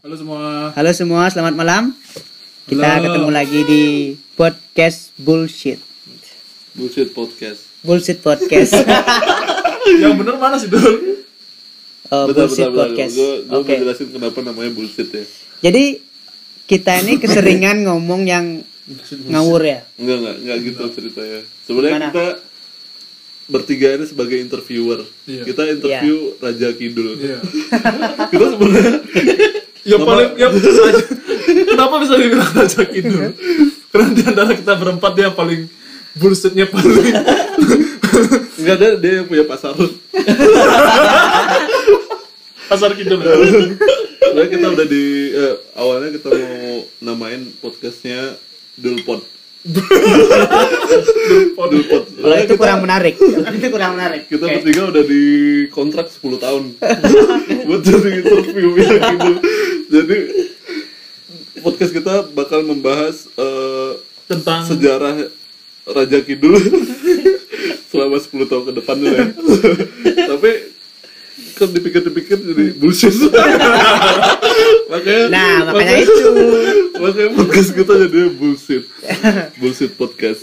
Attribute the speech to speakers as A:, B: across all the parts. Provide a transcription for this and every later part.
A: Halo semua, selamat malam. Kita ketemu lagi di podcast Bullshit Podcast.
B: Yang bener mana sih, Dul?
A: Bullshit Podcast.
C: Gue jelasin kenapa namanya bullshit ya.
A: Jadi kita ini keseringan ngomong yang ngawur ya.
C: Enggak gitu ceritanya. Sebenarnya kita bertiga ini sebagai interviewer. Iya. Kita interview Raja Kidul. Iya. Kita sebenarnya
B: kenapa bisa dibilang Raja Kidul? Karena di antara kita berempat dia yang paling bullshitnya paling.
C: Enggak ada, dia yang punya pasar
B: Kidul.
C: Sebenarnya kita udah awalnya kita mau namain podcastnya Dulpod.
A: Kalau itu kurang menarik.
C: Kita bertiga udah di kontrak 10 tahun buat jadi interview ya gitu. Jadi podcast kita bakal membahas
B: tentang
C: sejarah Raja Kidul selama 10 tahun ke depan dulu ya. Tapi kan dipikir-pikir jadi bullshit.
A: makanya itu.
C: Makanya podcast kita jadi bullshit podcast.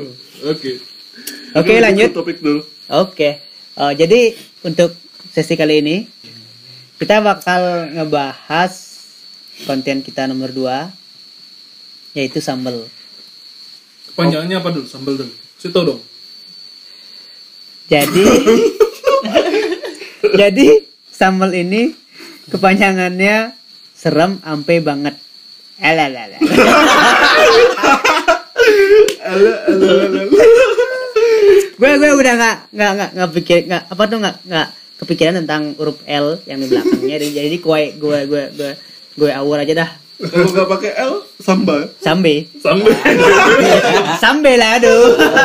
A: Oke, lanjut.
C: Topik dulu.
A: Oke. Jadi untuk sesi kali ini kita bakal ngebahas konten kita nomor 2, yaitu sambal.
B: Kepanjangannya apa dulu? Sambal dulu. Saya tahu dong.
A: Jadi sambal ini kepanjangannya serem ampe banget. Gue udah nggak kepikiran tentang huruf L yang di belakangnya. Jadi gue awur aja dah.
C: Kalau nggak pakai L, sambe
A: lah, aduh.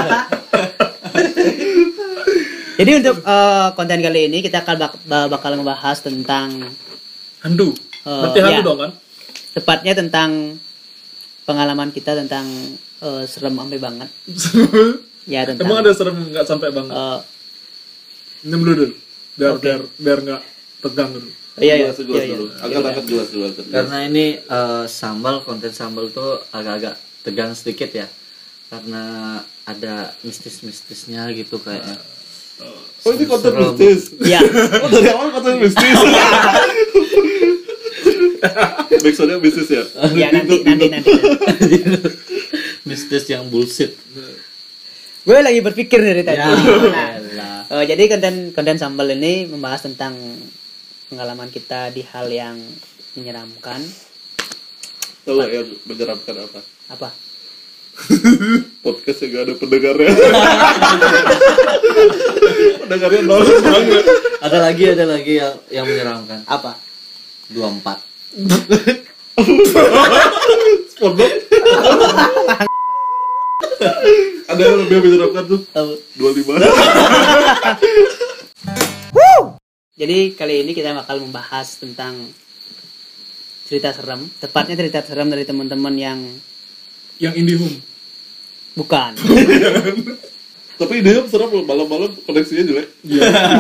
A: Jadi untuk konten kali ini kita bakal ngebahas tentang
B: hantu. Berarti hantu dong kan?
A: Tepatnya tentang pengalaman kita tentang serem sampai banget. Ya, tentang.
B: Emang ada serem nggak sampai banget? Minum dulu. Biar nggak tegang dulu.
C: Iya. Dulu. Angkat gelas dulu.
D: Karena ini konten sambal tuh agak-agak tegang sedikit ya. Karena ada mistisnya gitu kayaknya.
C: Oh, ini konten mistis?
A: Iya.
C: Oh, dari awal konten mistis? Backsoundnya mistis ya?
A: Iya, nanti.
D: Mistis yang bullshit.
A: Gue lagi berpikir dari tadi.
D: Ya,
A: jadi konten sambal ini membahas tentang pengalaman kita di hal yang menyeramkan.
C: Tahu yang menyeramkan apa?
A: Apa?
C: Podcast yang gak ada pendengarnya. Pendengarnya nol banget.
D: Ada lagi yang menyeramkan.
A: Apa?
D: 24.
C: SpongeBob. Ada yang lebih menyeramkan tuh. 25.
A: Jadi kali ini kita bakal membahas tentang cerita serem. Tepatnya cerita serem dari teman-teman yang
B: IndiHome.
A: Bukan.
C: Tapi IndiHome serem loh, malam-malam koneksinya jelek.
B: Iya.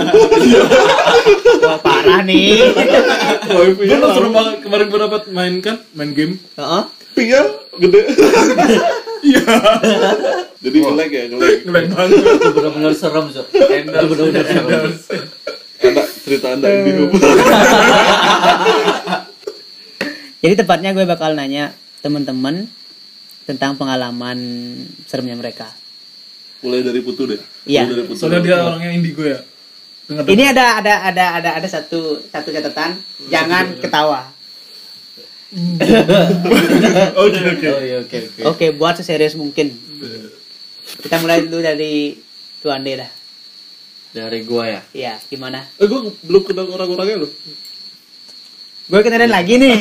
A: Wah, parah nih.
B: Gue seru banget kemarin gue dapat main game.
C: Pingnya gede.
B: Iya.
C: Jadi ngelag
B: banget.
D: Itu benar-benar serem, so. Itu benar-benar serem.
C: Ada cerita Anda IndiHome.
A: Jadi tepatnya gue bakal nanya teman-teman tentang pengalaman seremnya mereka.
C: Mulai dari Putu deh.
A: Iya.
B: Soalnya dia orangnya indigo ya.
A: Ini ada satu catatan, jangan ketawa.
B: Oke.
A: Oke, buat seserius mungkin. Kita mulai dulu dari Tuan D dah.
D: Dari gua ya.
A: Iya, gimana?
C: Gue belum kenal orang-orangnya loh.
A: Gue kenalin lagi nih.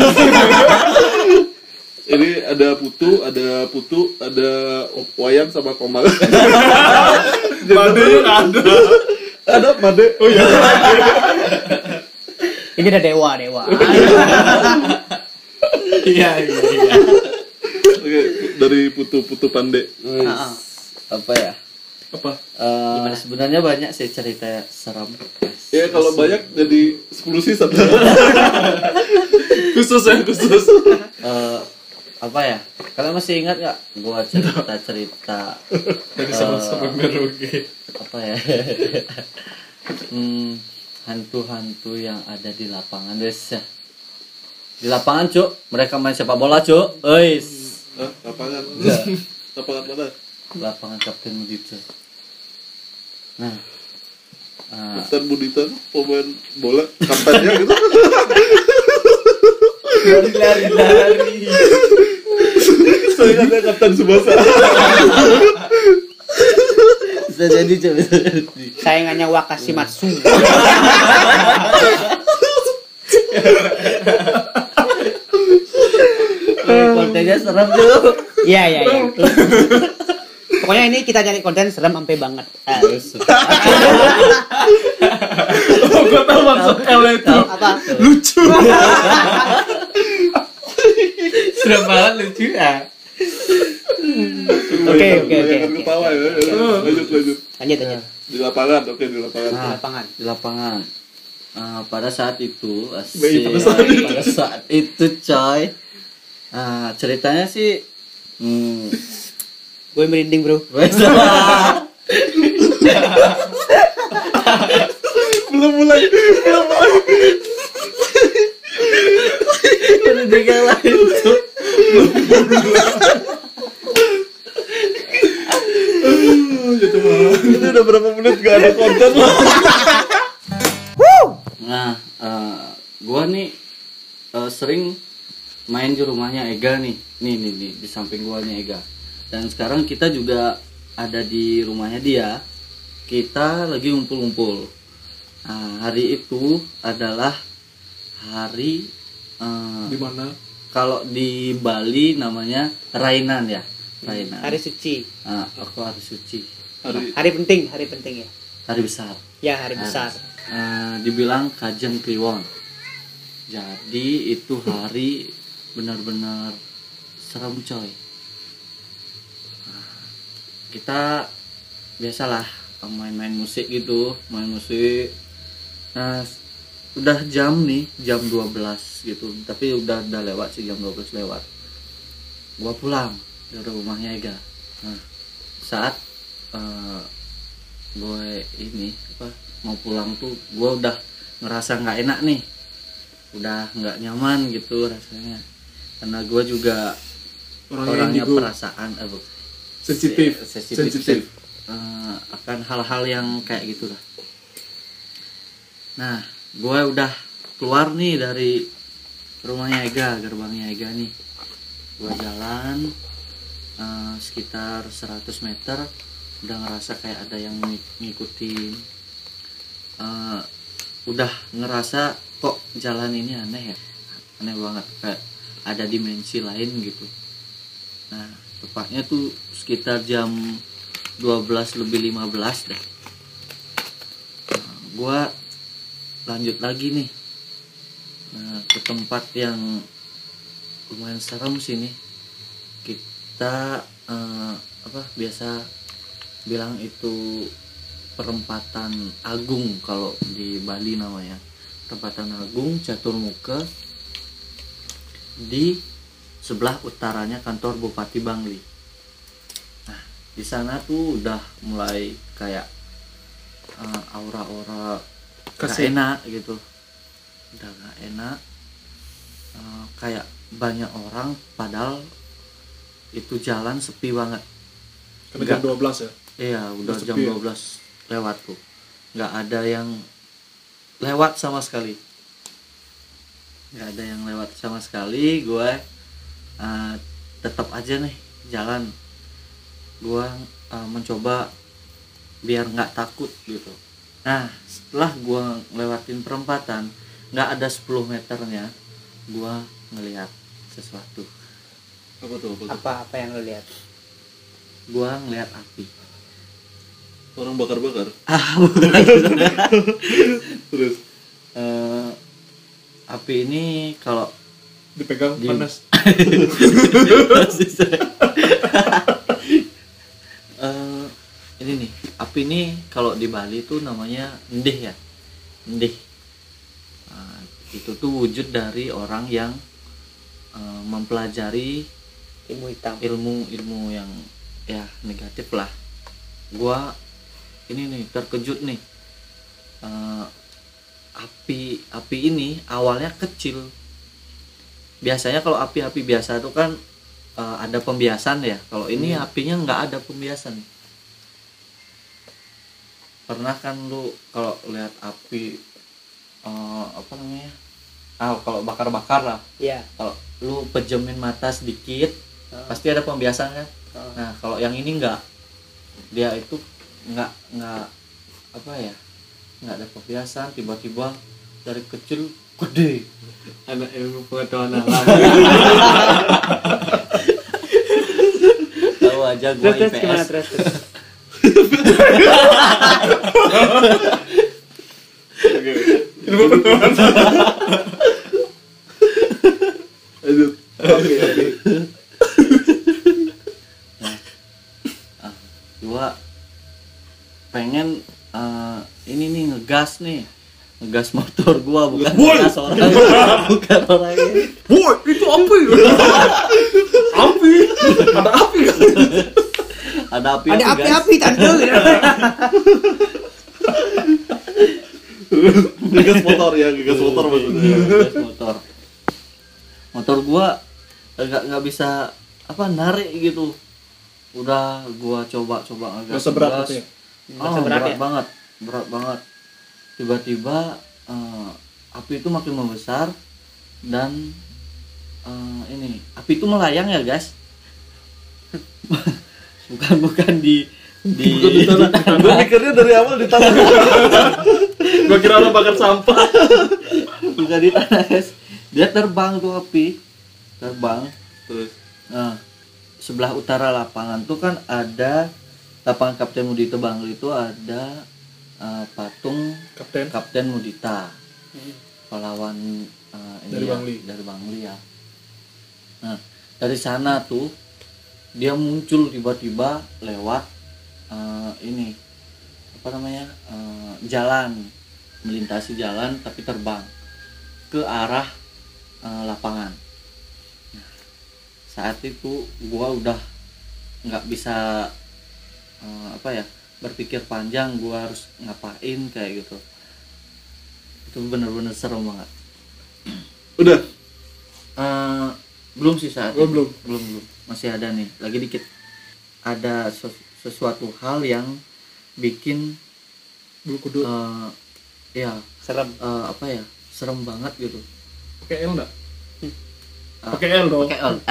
C: Ini ada Putu, ada Wayan sama Komal.
B: Made ada.
C: Ada Made. Oh iya.
A: Ini ada dewa.
D: Iya.
C: Oke, dari Putu Pande.
D: Apa ya? Sebenarnya banyak sih cerita seram.
C: Ya kalau banyak jadi 10 season.
B: khusus ya, khusus.
D: Apa ya? Kalian masih ingat nggak? Gua cerita
B: Dari sampai Merauke.
D: apa ya? Hantu-hantu yang ada di lapangan, guys ya. Di lapangan, Cuk. Mereka main sepak bola, Cuk. Ois.
C: Lapangan. Lapangan mana?
D: Lapangan Kapten Mudita. Nah,
C: Kapten Budita tuh pemain bola kaptennya gitu.
D: lari.
C: Saya ingatnya Kapten Subasa.
D: Bisa jadi, Cuk. Bisa jadi.
A: Sayangannya Wakashimatsu.
D: Kontennya serem, Cuk.
A: Iya. Pokoknya ini kita cari konten serem sampai banget.
B: Oh, gue tahu maksud L itu.
A: Apa?
B: Lucu.
D: Serem banget, lucu ya.
A: Oke.
C: Jangan ketawa ya. Lanjut.
A: Lanjut.
C: Di lapangan, oke di lapangan.
D: Nah,
A: Lapangan.
D: di lapangan. Pada saat itu,
B: Baik, pada saat itu.
D: pada saat itu, coy. Ceritanya sih,
A: Gue merinding, bro.
C: Belum mulai.
D: Pendidikan lain tuh.
C: Itu udah berapa menit gak ada konten lah.
D: Nah, gua nih sering main di rumahnya Ega nih. Nih di samping gua nih Ega. Dan sekarang kita juga ada di rumahnya dia. Kita lagi ngumpul-ngumpul. Nah, hari itu adalah hari
B: Di mana?
D: kalau di Bali namanya Rainan ya. Rainan.
A: Hari suci.
D: Aku hari suci.
A: Hari penting ya.
D: Hari besar.
A: Ya, hari besar.
D: Dibilang Kajeng Kliwon. Jadi itu hari benar-benar serem, coy. Kita biasalah main-main musik gitu, main musik. Nah, udah jam 12 gitu. Tapi udah lewat sih, jam 12 lewat. Gua pulang dari rumahnya Ega. Nah, saat gue mau pulang tuh gue udah ngerasa nggak enak nih, udah nggak nyaman gitu rasanya, karena gue juga orangnya
B: indigo.
D: perasaan
B: Sensitif.
D: akan hal-hal yang kayak gitu lah. Nah, gue udah keluar nih dari rumahnya Ega, gerbangnya Ega nih. Gue jalan sekitar 100 meter, udah ngerasa kayak ada yang ngikutin. Udah ngerasa kok jalan ini aneh ya, aneh banget, kayak ada dimensi lain gitu. Nah, tepatnya tuh sekitar jam 12:15 deh. Gua lanjut lagi nih ke tempat yang lumayan serem sini. Kita biasa bilang itu perempatan Agung kalau di Bali namanya. Perempatan Agung Caturmuka, di sebelah utaranya kantor Bupati Bangli. Nah, di sana tuh udah mulai kayak aura-aura gak enak gitu. Udah gak enak, kayak banyak orang, padahal itu jalan sepi banget.
B: Karena jam 12 ya.
D: Iya, udah jam
B: sepi
D: 12 lewat tuh. Nggak ada yang lewat sama sekali. Nggak ada yang lewat sama sekali. Gue tetap aja nih jalan. Gue mencoba biar nggak takut gitu. Nah, setelah gue ngelewatin perempatan, nggak ada 10 meternya, gue ngelihat sesuatu.
C: Apa tuh?
A: Apa yang lo lihat?
D: Gue ngelihat api.
C: Orang bakar-bakar. Terus
D: Api ini kalau
B: dipegang panas.
D: Ini nih, api ini kalau di Bali tuh namanya ndih ya, ndih. Itu tuh wujud dari orang yang mempelajari
A: Ilmu hitam.
D: ilmu yang ya negatif lah. Gua ini nih terkejut nih. Api ini awalnya kecil. Biasanya kalau api-api biasa itu kan ada pembiasan ya. Kalau ini apinya nggak ada pembiasan. Pernah kan lu kalau lihat api apa namanya? Kalau bakar-bakar lah.
A: Iya.
D: Kalau lu pejemin mata sedikit pasti ada pembiasan kan. Nah kalau yang ini enggak, dia itu enggak apa ya, nggak ada pembiasan, tiba-tiba dari kecil gede. Anak ilmu pengetahuan alam. Tahu aja gua
A: Terus
D: IPS.
A: gimana terus?
C: Oke. Ilmu pengetahuan. Lanjut.
A: Oke.
D: Gua pengen ini nih ngegas motor gua, bukan ngegas orang. Bukan orang ini.
B: Boy, itu api. Api. Ada api kan?
D: Ada api
A: Ada
D: guys.
A: api-api tante.
C: Gas motor ya, gas motor maksudnya.
D: Gas motor. Motor gua nggak bisa apa narik gitu. Udah gua coba agak
B: Gak seberat itu ya?
A: Berat ya?
D: berat banget. Tiba-tiba api itu makin membesar dan ini api itu melayang ya guys. bukan di
C: Gue mikirnya dari awal di tanah.
B: Gua kira orang bakar sampah.
D: bukan di tanah guys. Dia terbang tuh api, terbang.
C: Terus
D: Nah, sebelah utara lapangan tuh kan ada lapangan Kapten Mudita Bangli, itu ada patung
B: Kapten.
D: Kapten Mudita, pahlawan ini
B: Dari
D: ya,
B: Bangli.
D: dari Bangli ya. Nah, dari sana tuh dia muncul tiba-tiba lewat ini apa namanya jalan, melintasi jalan tapi terbang ke arah lapangan. Nah, saat itu gua udah nggak bisa apa ya, berpikir panjang gua harus ngapain kayak gitu. Itu bener-bener serem banget.
C: udah.
D: Belum sih saat
B: Oh,
D: itu.
B: belum.
D: Masih ada nih, lagi dikit. Ada sesuatu hal yang bikin
B: Bulu kuduk.
D: ya
A: Serem.
D: apa ya, serem banget gitu.
B: Pakai L enggak?
D: Ah,
B: Pakai L dong.
D: Pakai L.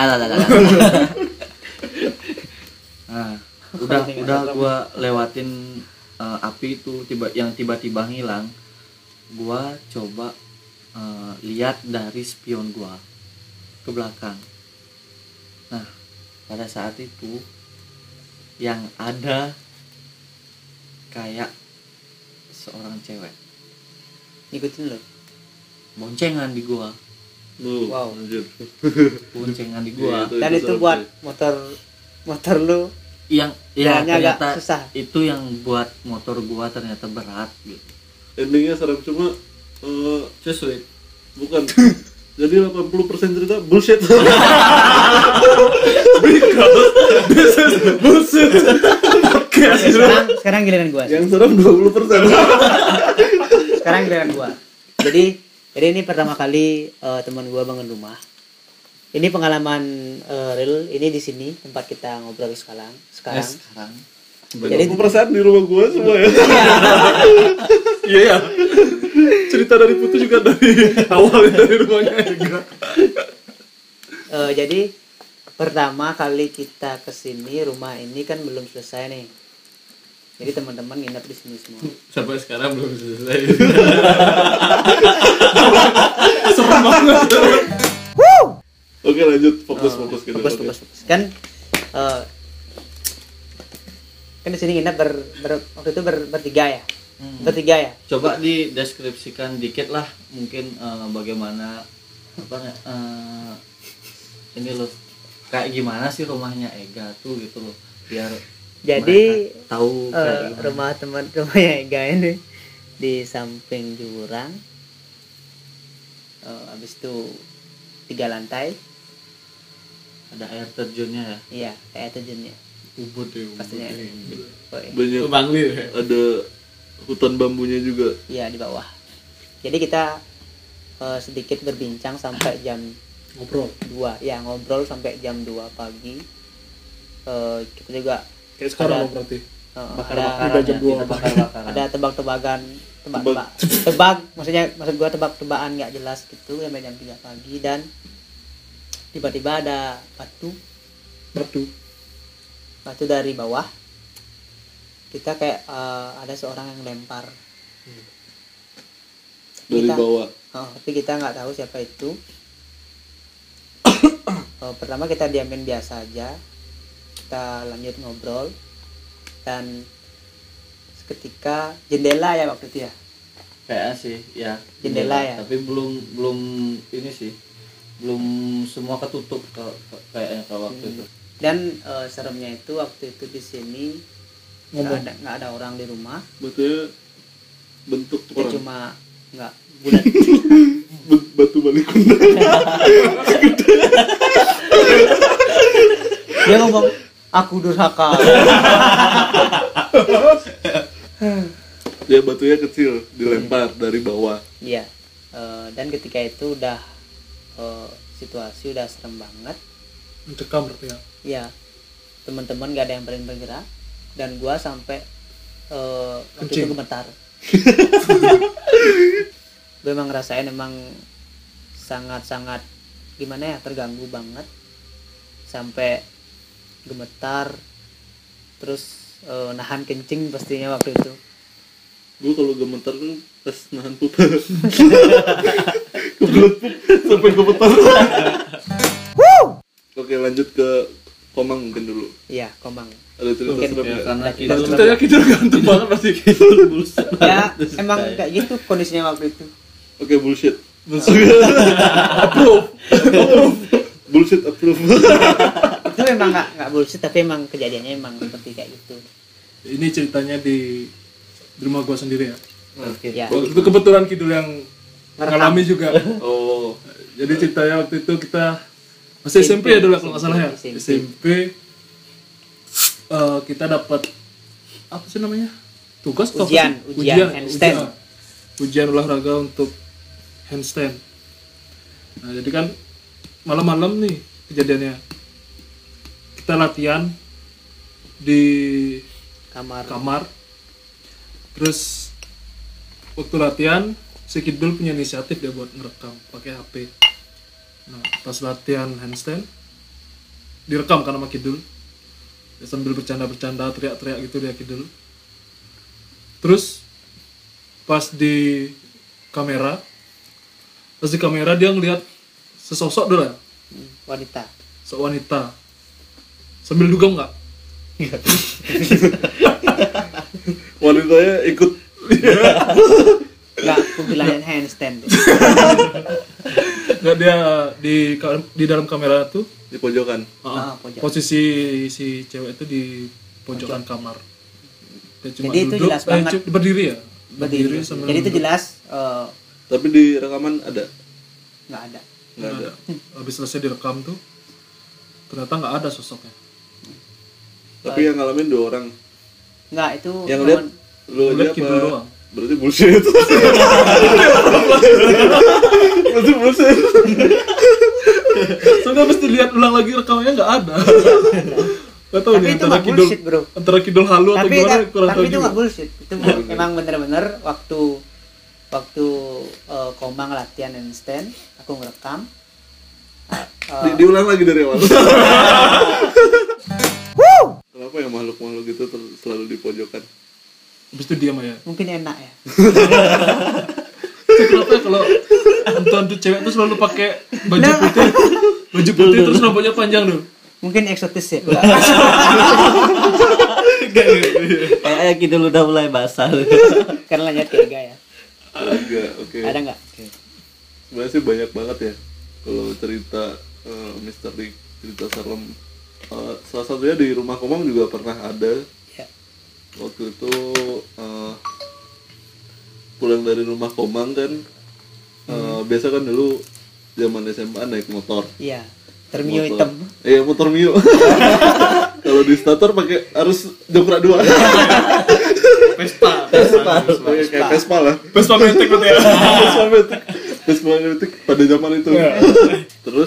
D: Nah, udah gua lewatin api itu yang tiba-tiba hilang. Gua coba lihat dari spion gua ke belakang. Nah, pada saat itu yang ada kayak seorang cewek
A: Ngikutin lo.
D: boncengan di gua,
A: Wow.
C: Anjir.
D: boncengan di gua.
C: Iya,
A: Dan itu
C: serem
A: buat
C: sih.
A: motor lu
D: Yang ya
A: jalannya agak
D: ternyata
A: susah.
D: itu yang buat motor gua ternyata berat gitu.
C: Endingnya serem, cuma
D: Sesuai.
C: bukan. Jadi 80% cerita bullshit.
B: Bullshit.
A: Sekarang giliran gua.
C: Yang serem 20%.
A: Sekarang giliran gua. Jadi ini pertama kali teman gua bangun rumah. Ini pengalaman real, ini di sini tempat kita ngobrol sekarang.
D: Sekarang
A: Jadi
C: 20% di rumah gua semua ya.
B: Iya ya. Cerita dari Putu juga dari awalnya dari rumahnya Ega.
A: jadi pertama kali kita kesini, rumah ini kan belum selesai nih. Jadi teman-teman nginep di sini semua.
B: Sampai sekarang belum selesai. Serem banget.
C: Oke, lanjut fokus gitu.
A: Fokus. Kan kan di sini nginep waktu itu bertiga ya. Bertiga ya.
D: Coba dideskripsikan dikit lah mungkin bagaimana apa ini loh, kayak gimana sih rumahnya Ega tuh gitu loh, biar
A: Jadi
D: mereka tahu kayak gimana.
A: rumahnya Ega ini di samping jurang. Habis itu 3 lantai.
D: Ada air terjunnya ya.
A: Iya, kayak terjunnya.
B: Ubud ya, Ubud.
A: Pastinya. Oh, iya.
C: Banyak
B: Bangli ya.
C: ada hutan bambunya juga.
A: Iya, di bawah. Jadi kita sedikit berbincang sampai jam
B: Ngobrol.
A: 2. Ya, ngobrol sampai jam 2 pagi. Kita juga
B: Kayak sekarang
A: Ada.
B: lo berarti.
A: ada
B: jam 2
D: kita bakar-bakaran.
A: ada tebak-tebakan, maksud gua tebak-tebakan nggak jelas gitu sampai jam 3 pagi, dan tiba-tiba ada batu dari bawah. Kita kayak ada seorang yang lempar
C: Dari
A: Kita-
C: bawah.
A: tapi kita nggak tahu siapa itu. Pertama kita diamin biasa aja, kita lanjut ngobrol, dan seketika jendela ya waktu itu ya.
D: Kayaknya sih ya
A: Jendela ya?
D: tapi belum ini sih, belum semua ketutup kayaknya kalau waktu itu.
A: Dan seremnya itu waktu itu di sini nggak ada orang di rumah,
C: Batunya bentuk
A: kita
C: orang.
A: cuma nggak bulat.
C: Batu balikunda.
A: Dia ngomong aku durhaka.
C: Ya batunya kecil, dilempar dari bawah.
A: Iya. Dan ketika itu udah situasi udah serem banget.
B: Mencekam berarti ya.
A: Ya, teman-teman gak ada yang berani bergerak, dan gua sampai waktu itu
B: Kencing.
A: gemetar. Gue emang ngerasain emang sangat-sangat gimana ya, terganggu banget sampai gemetar, terus nahan kencing pastinya waktu itu.
C: Gue kalau gemetar tuh pas nahan pup. Kebelet pup sampai gemetar. Oke, lanjut ke Komang mungkin dulu.
A: Iya, Komang.
C: Ada cerita
A: Mungkin
C: serem
D: Ya,
C: nggak?
D: karena
A: Nah,
D: kita
B: Ceritanya kita ganteng banget pasti.
A: Ya emang kayak gitu kondisinya waktu itu.
C: Oke, bullshit.
B: Approve.
C: Bullshit approve.
A: Itu memang nggak bullshit, tapi emang kejadiannya emang seperti kayak gitu.
B: Ini ceritanya di rumah gua sendiri ya.
D: Oke.
A: Ya.
B: Waktu itu kebetulan Kidul yang mengalami juga.
C: Oh,
B: Jadi ceritanya waktu itu kita masih SMP ya dulu kalau nggak salah ya.
A: SMP.
B: SMP. Kita dapat apa sih namanya? Tugas atau apa
A: Ujian,
B: sih?
A: ujian handstand.
B: Ujian olahraga untuk handstand. Nah, jadi kan malam-malam nih kejadiannya. Kita latihan di kamar. Terus waktu latihan si Kidul punya inisiatif dia buat ngerekam pakai HP. Nah, pas latihan handstand direkam kan sama Kidul. Dia sambil bercanda-bercanda, teriak-teriak gitu dia Kidul. Terus pas di kamera dia ngeliat sesosok dulu ya,
A: Wanita.
B: sewanita. Sambil dugem nggak?
C: wanitanya ikut.
A: Nggak, aku bilangin handstand.
B: Nggak, dia di dalam kamera tuh
C: Di pojokan.
A: Pojok.
B: posisi si cewek itu di pojokan kamar. Dia cuma
A: Jadi itu
B: duduk,
A: jelas banget.
B: berdiri ya.
A: Berdiri.
B: sambil
A: Jadi itu
B: duduk.
A: jelas
C: Tapi di rekaman ada?
A: nggak ada.
C: Nggak ada.
B: Habis selesai direkam tuh ternyata nggak ada sosoknya.
C: Tapi yang ngalamin 2 orang.
A: Nggak, itu
C: Yang lihat lu aja
B: Ngeliat
C: apa?
B: Kidul doang.
C: Berarti bullshit. Berarti bullshit.
B: Soalnya mesti lihat ulang lagi rekamannya nggak ada. Gak tahu
A: Tapi
B: nih
A: itu
B: antara
A: nggak
B: Kidul
A: bullshit, bro.
B: antara Kidul halu atau
A: tapi
B: gimana kurang tahu
A: tapi itu
B: juga.
A: nggak bullshit. Itu memang bener-bener waktu Komang latihan handstand, aku ngerekam.
C: Diulang lagi dari awal. Kenapa ya makhluk-makhluk itu selalu di pojokan?
B: Habis itu diam aja.
A: Mungkin enak ya.
B: Itu kenapa ya kalau hantu-hantu cewek tuh selalu pakai baju putih terus rambutnya panjang tuh.
A: Mungkin eksotis ya.
D: Kayaknya kita udah mulai basah.
A: Karena lanjut ke Ega ya.
C: Enggak, oke.
A: Ada nggak?
C: Sebenarnya sih banyak banget ya kalau cerita misteri, cerita serem. Salah satunya di rumah Komang juga pernah ada.
A: Ya.
C: Waktu itu pulang dari rumah Komang kan, biasa kan dulu zaman SMA naik motor.
A: Iya. Termio
C: motor.
A: hitam.
C: Iya, motor Mio. Kalau di starter pakai harus jongkrak 2.
B: Vespa.
C: Kayak Vespa lah.
B: Vespa metik berarti ya.
C: Vespa metik pada zaman itu. Terus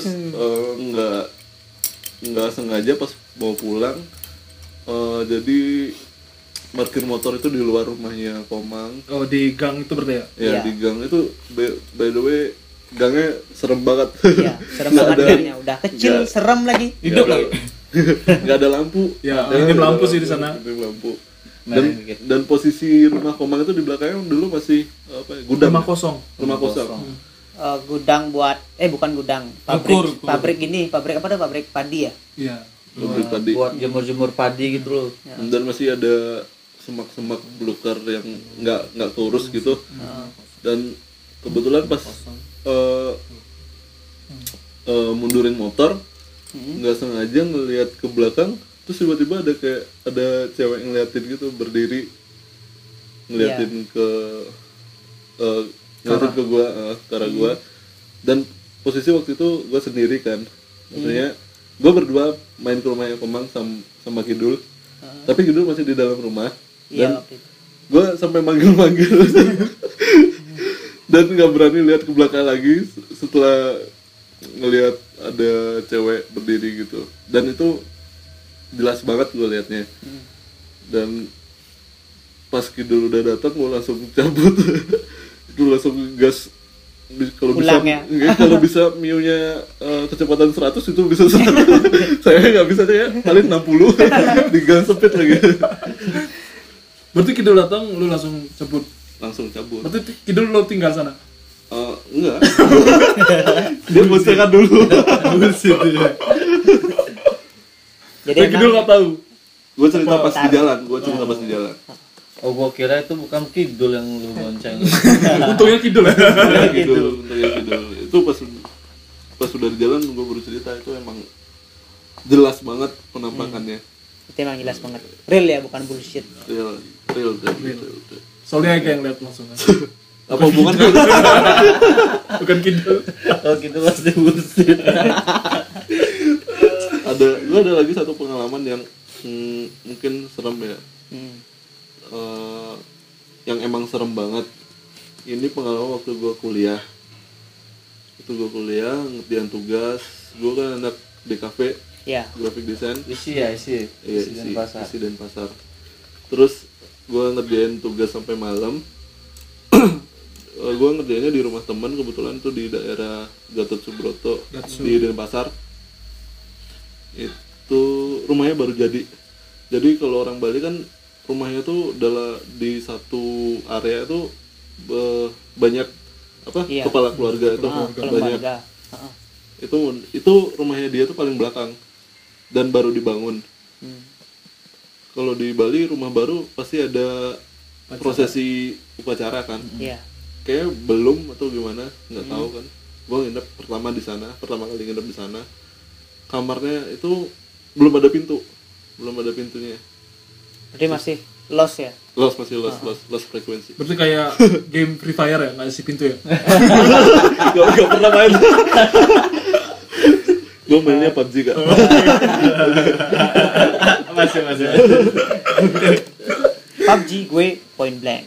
C: nggak sengaja pas mau pulang, jadi parkir motor itu di luar rumahnya Komang.
B: Oh, di gang itu berarti ya?
C: Ya,
A: Iya.
C: di gang itu by the way gangnya serem banget.
A: Iya, serem
C: Nggak
A: banget
C: ada-
A: gangnya. Udah kecil,
C: nggak-
A: serem lagi.
B: Hidup
C: nggak
B: lagi.
C: ada- nggak ada lampu.
B: Ya,
C: nggak
B: minim
C: ada
B: lampu sih di sana.
C: minim lampu.
D: Merah
C: Dan,
D: dikit.
C: dan posisi rumah Komang itu di belakangnya dulu masih apa ya, gudang.
B: Rumah kosong.
C: Rumah kosong.
A: Gudang buat bukan gudang, pabrik
B: Ukur.
A: pabrik ini, pabrik apa tuh, pabrik padi ya.
B: Iya.
C: Pabrik padi.
D: Buat jemur-jemur padi gitu loh.
C: Dan masih ada semak-semak belukar yang nggak keurus gitu. Dan kebetulan pas mundurin motor, nggak sengaja ngelihat ke belakang, terus tiba-tiba ada cewek ngeliatin gitu, berdiri ngeliatin ngeliatin ke gua, ke arah gua. Dan posisi waktu itu gua sendiri kan, maksudnya gua berdua main ke rumahnya Komang sama Kidul, tapi Kidul masih di dalam rumah.
A: Iya,
C: Dan
A: waktu itu.
C: gue sampai manggil-manggil dan nggak berani lihat ke belakang lagi setelah ngelihat ada cewek berdiri gitu. Dan itu jelas banget gue liatnya. Dan pas Kidul udah datang gue langsung cabut. Itu langsung gas. Kalau bisa
A: Pulang ya?
C: kalau bisa Mio-nya kecepatan 100 itu bisa 100. Saya nggak bisa ya, paling 60 di gang sempit lagi.
B: Berarti Kidul datang, lu langsung cabut.
C: Langsung cabut.
B: Berarti Kidul lu tinggal sana.
C: Enggak. Dia bocekan dulu.
B: Bullshit ya.
A: Jadi
B: Dan Kidul
A: emang
B: nggak tahu.
C: Gue cerita pas di jalan,
D: Oh, gua kira itu bukan Kidul yang lu bonceng.
B: Untungnya Kidul ya.
C: Untungnya Kidul. Itu pas sudah di jalan gue baru cerita, itu emang jelas banget penampakannya.
A: itu emang jelas banget. Real ya, bukan bullshit.
C: Real.
B: Soalnya kayak yang lihat langsung.
C: Apa hubungannya?
B: Bukan Kidul.
D: Oh, gitu pasti bullshit.
C: Gue ada lagi satu pengalaman yang mungkin serem ya. Yang emang serem banget. Ini pengalaman waktu gue kuliah. Itu gue kuliah, ngerjain tugas. Gue kan anak DKV,
A: Ya.
C: graphic design.
D: Isi ya, isi.
C: Iya,
D: Isi dan pasar.
C: isi dan pasar. Terus gue ngerjain tugas sampai malam. Gue ngerjainnya di rumah teman, kebetulan itu di daerah Gatot Subroto, di Denpasar. Itu rumahnya baru jadi. Jadi kalau orang Bali kan rumahnya tuh di satu area itu banyak
A: Iya.
C: kepala keluarga itu banyak.
A: Keluarga.
C: Itu rumahnya dia tuh paling belakang dan baru dibangun. Kalau di Bali rumah baru pasti ada prosesi upacara kan.
A: Iya.
C: Kayak belum atau gimana, nggak tahu kan. Gue nginep pertama kali nginep di sana. Kamarnya itu belum ada pintunya.
A: Berarti masih lost ya.
C: Masih lost frekuensi.
B: Berarti kayak game Free Fire ya, nggak isi pintu ya.
C: Gak pernah main. Gue mainnya PUBG kak.
D: Masih.
A: PUBG gue point blank.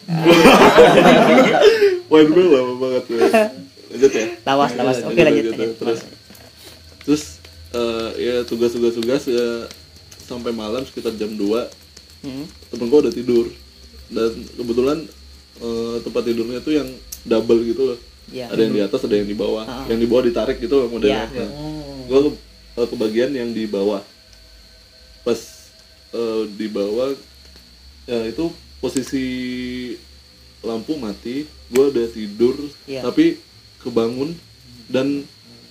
C: Wah gue lama banget ya. Lanjut ya.
A: Lawas. Oke, lanjut.
C: Terus ya tugas ya, sampai malam sekitar jam 2. Temen gue udah tidur dan kebetulan tempat tidurnya tuh yang double gitu loh.
A: Iya.
C: Ada yang di atas, ada yang di bawah. Yang di bawah ditarik gitu loh modelnya.
A: Iya.
C: Gue kebagian yang di bawah. Pas di bawah ya itu posisi lampu mati, gue udah tidur,
A: Iya.
C: tapi kebangun dan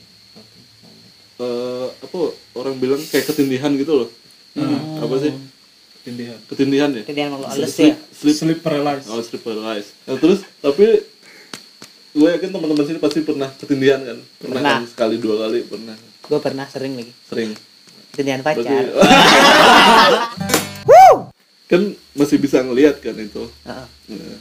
C: orang bilang kayak ketindihan gitu loh. Apa sih? Ketindihan ya?
A: Kemudian malu halus ya.
B: Sleep paralysis.
C: Sleep paralysis. Nah, terus tapi gue yakin teman-teman sini pasti pernah ketindihan kan? Pernah
A: Pernah.
C: kan? Sekali 2 kali pernah.
A: Gue pernah sering lagi.
C: Sering.
A: Kemudian pacar.
C: Berarti kan masih bisa ngelihat kan itu.
A: Heeh.
C: Nah,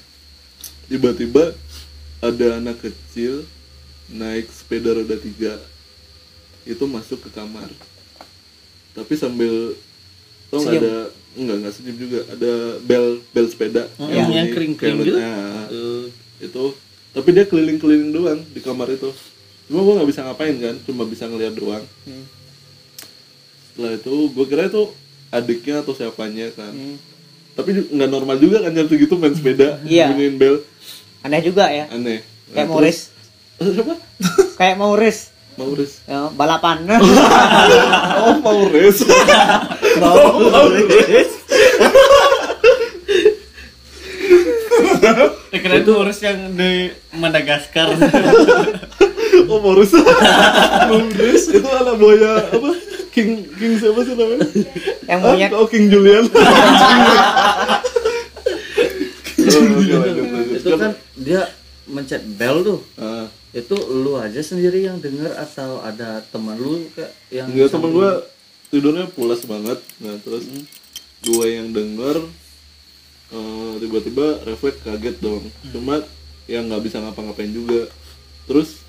C: tiba-tiba ada anak kecil naik sepeda roda 3 itu masuk ke kamar. Tapi sambil tau nggak
A: Senyum.
C: ada nggak senyum juga, ada bel sepeda
D: yang
C: bunyi
D: kering-kering
C: kayak
D: gitu.
C: nah, itu tapi dia keliling-keliling doang di kamar itu. Cuma gue nggak bisa ngapain kan, cuma bisa ngeliat doang. Setelah itu gue kira itu adiknya atau siapanya kan. Tapi nggak normal juga kan jam segitu main sepeda
A: Iya.
C: bunyiin bel,
A: Aneh juga ya.
C: aneh.
A: Kayak
C: Nah,
A: Morris.
C: siapa?
A: Kayak Morris.
C: Maurice.
A: Ya, balapan.
C: Oh, Maurice.
D: Keren tuh urus yang di Madagaskar.
C: Oh, Maurice. Maurice itu anak buaya apa? King siapa sih namanya?
A: Yang monyet.
C: Oh, King Julian. Lanjut.
D: Itu kan dia mencet bel tuh.
C: Ah,
D: Itu lu aja sendiri yang denger atau ada teman lu kayak yang
C: enggak, temen gue tidurnya pulas banget. Nah terus gue yang denger tiba-tiba refleks kaget dong. Cuma yang nggak bisa ngapa-ngapain juga. Terus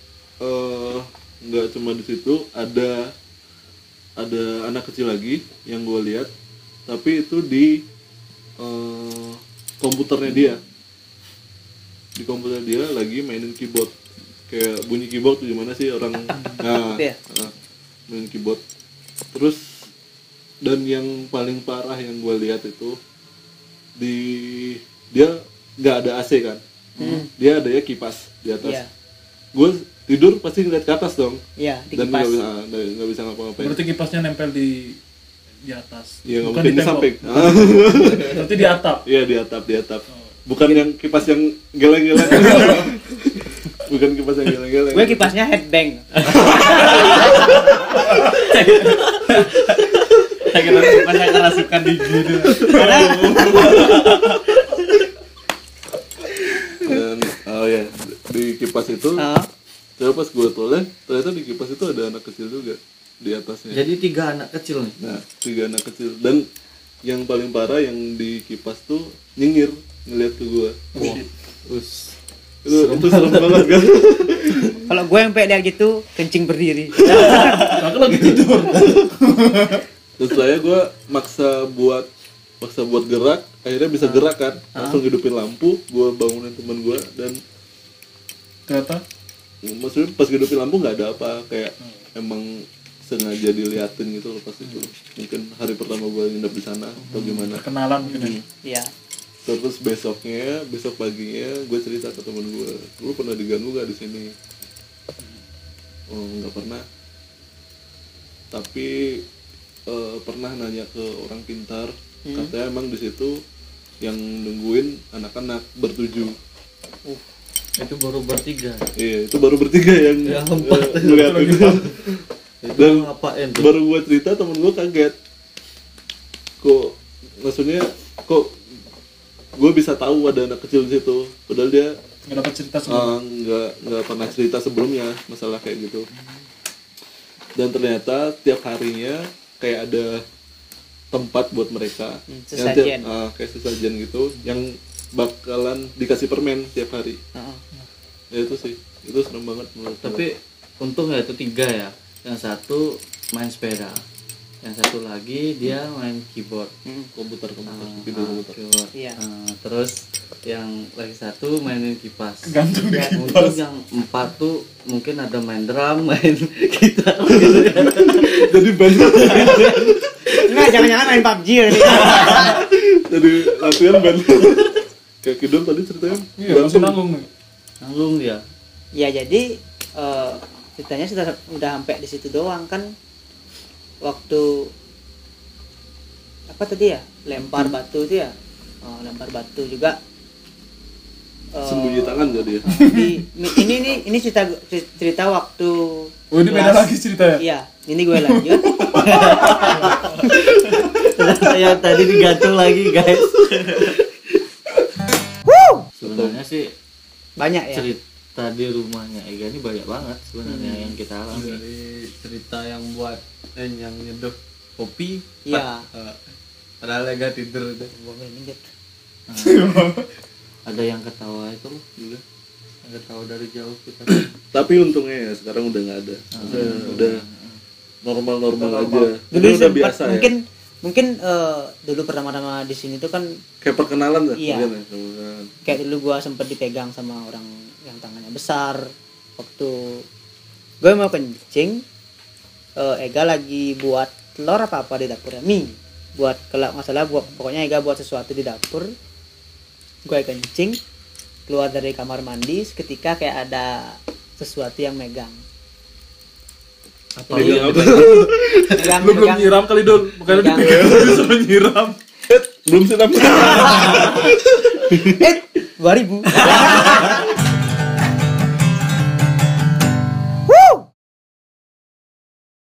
C: nggak cuma di situ, ada anak kecil lagi yang gue lihat, tapi itu di komputernya dia. Di komputer dia lagi mainin keyboard, kayak bunyi keyboard tuh gimana sih orang
A: Iya.
C: main keyboard. Terus dan yang paling parah yang gue lihat itu dia nggak ada AC kan, dia ada ya kipas di atas.
A: Iya.
C: Gue tidur pasti ngeliat ke atas dong,
A: Iya, di
C: dan
A: kipas.
C: nggak bisa ngapa-ngapain.
B: Berarti kipasnya nempel di atas.
C: Iya, nggak
B: Bukan
C: mungkin di
B: tembok.
C: samping.
B: Berarti di atap.
C: Iya, di atap. Bukan yang kipas yang geleng-geleng. Bukan kipas yang geleng-geleng.
A: Gue kipasnya headbang.
D: saya kira kipasnya kerasukan di gitu.
A: Karena
C: Dan oh ya, di kipas itu terus pas gue toleh, ternyata di kipas itu ada anak kecil juga di atasnya.
D: Jadi 3 anak kecil nih.
C: Nah, 3 anak kecil, dan yang paling parah yang di kipas tuh nyengir ngeliat ke gue. Itu serem banget kan.
A: kalau gue yang lihat gitu kencing berdiri.
B: Aku lagi tidur.
C: Terus saya gue maksa buat gerak, akhirnya bisa gerak kan, langsung hidupin lampu, gue bangunin temen gue, dan
B: Ternyata
C: maksudnya pas hidupin lampu nggak ada apa, kayak emang sengaja diliatin gitu loh pas itu. Mungkin hari pertama gue nginep di sana atau gimana.
B: kenalan gitu.
A: Iya.
C: Terus besok paginya gue cerita ke temen gue, lu pernah diganggu gak di sini? Oh, nggak pernah. Tapi pernah nanya ke orang pintar, katanya emang di situ yang nungguin anak-anak bertujuh.
D: Itu baru bertiga.
C: Iya, itu baru bertiga yang ngeliat itu.
D: Itu
C: Dan
D: ngapain tuh?
C: baru gue cerita, temen gue kaget. Kok maksudnya kok gue bisa tahu ada anak kecil di situ, padahal dia
B: Nggak dapat cerita sebelumnya.
C: nggak pernah cerita sebelumnya masalah kayak gitu. Dan ternyata tiap harinya kayak ada tempat buat mereka, yang
A: sesajen.
C: kayak sesajen gitu, yang bakalan dikasih permen tiap hari. Ya itu sih, itu serem banget menurut gue.
D: Tapi untung ya itu 3 ya. Yang satu main sepeda, yang satu lagi dia main keyboard.
C: komputer
D: Keyboard.
A: Iya.
D: Terus yang lagi satu mainin kipas.
B: Gantung di
D: Untuk yang 4 tuh mungkin ada main drum, main gitar gitu ya.
C: jadi band.
A: Enggak, jangan-jangan main PUBG kali.
C: Jadi latihan band. Kayak Kidul tadi ceritanya
B: Iya, langsung nanggung nih.
D: Nanggung dia.
A: Ya jadi ceritanya udah sampai di situ doang kan. Waktu apa tadi ya? Lempar batu itu ya. Lempar batu juga.
C: sembunyi tangan gak dia?
A: Ini cerita waktu
B: Oh, ini beda lagi ceritanya.
A: Iya, ini gue lanjut.
D: Yang tadi digantung lagi guys. Sebenarnya sih
A: Banyak ya.
D: cerita di rumahnya Ega ini banyak banget sebenarnya yang kita alami.
E: Dari cerita yang buat yang nyeduh kopi,
A: Iya.
E: padahal Ega tidur itu.
A: Boleh minggir.
D: Ada yang ketawa itu loh,
C: Iya.
D: yang ketawa dari jauh kita.
C: Tapi untungnya ya sekarang udah nggak ada. Udah normal aja.
A: Dulu
C: Itu udah
A: sempat
C: biasa ya.
A: mungkin dulu pertama-tama di sini tuh kan
C: Kayak perkenalan lah.
A: Iya.
C: mungkin ya, perkenalan.
A: kayak dulu gua sempat dipegang sama orang yang tangannya besar waktu gue mau kencing. Ega lagi buat telur apa di dapur ya, mie buat kalau nggak salah pokoknya Ega buat sesuatu di dapur. Gue kencing keluar dari kamar mandi ketika kayak ada sesuatu yang megang
D: Apa
C: Megang apa?
A: megang,
B: Lu belum nyiram kali Dul, makanya
A: Megang.
B: dipegang lu bisa menyiram.
C: Belum siram.
A: 2000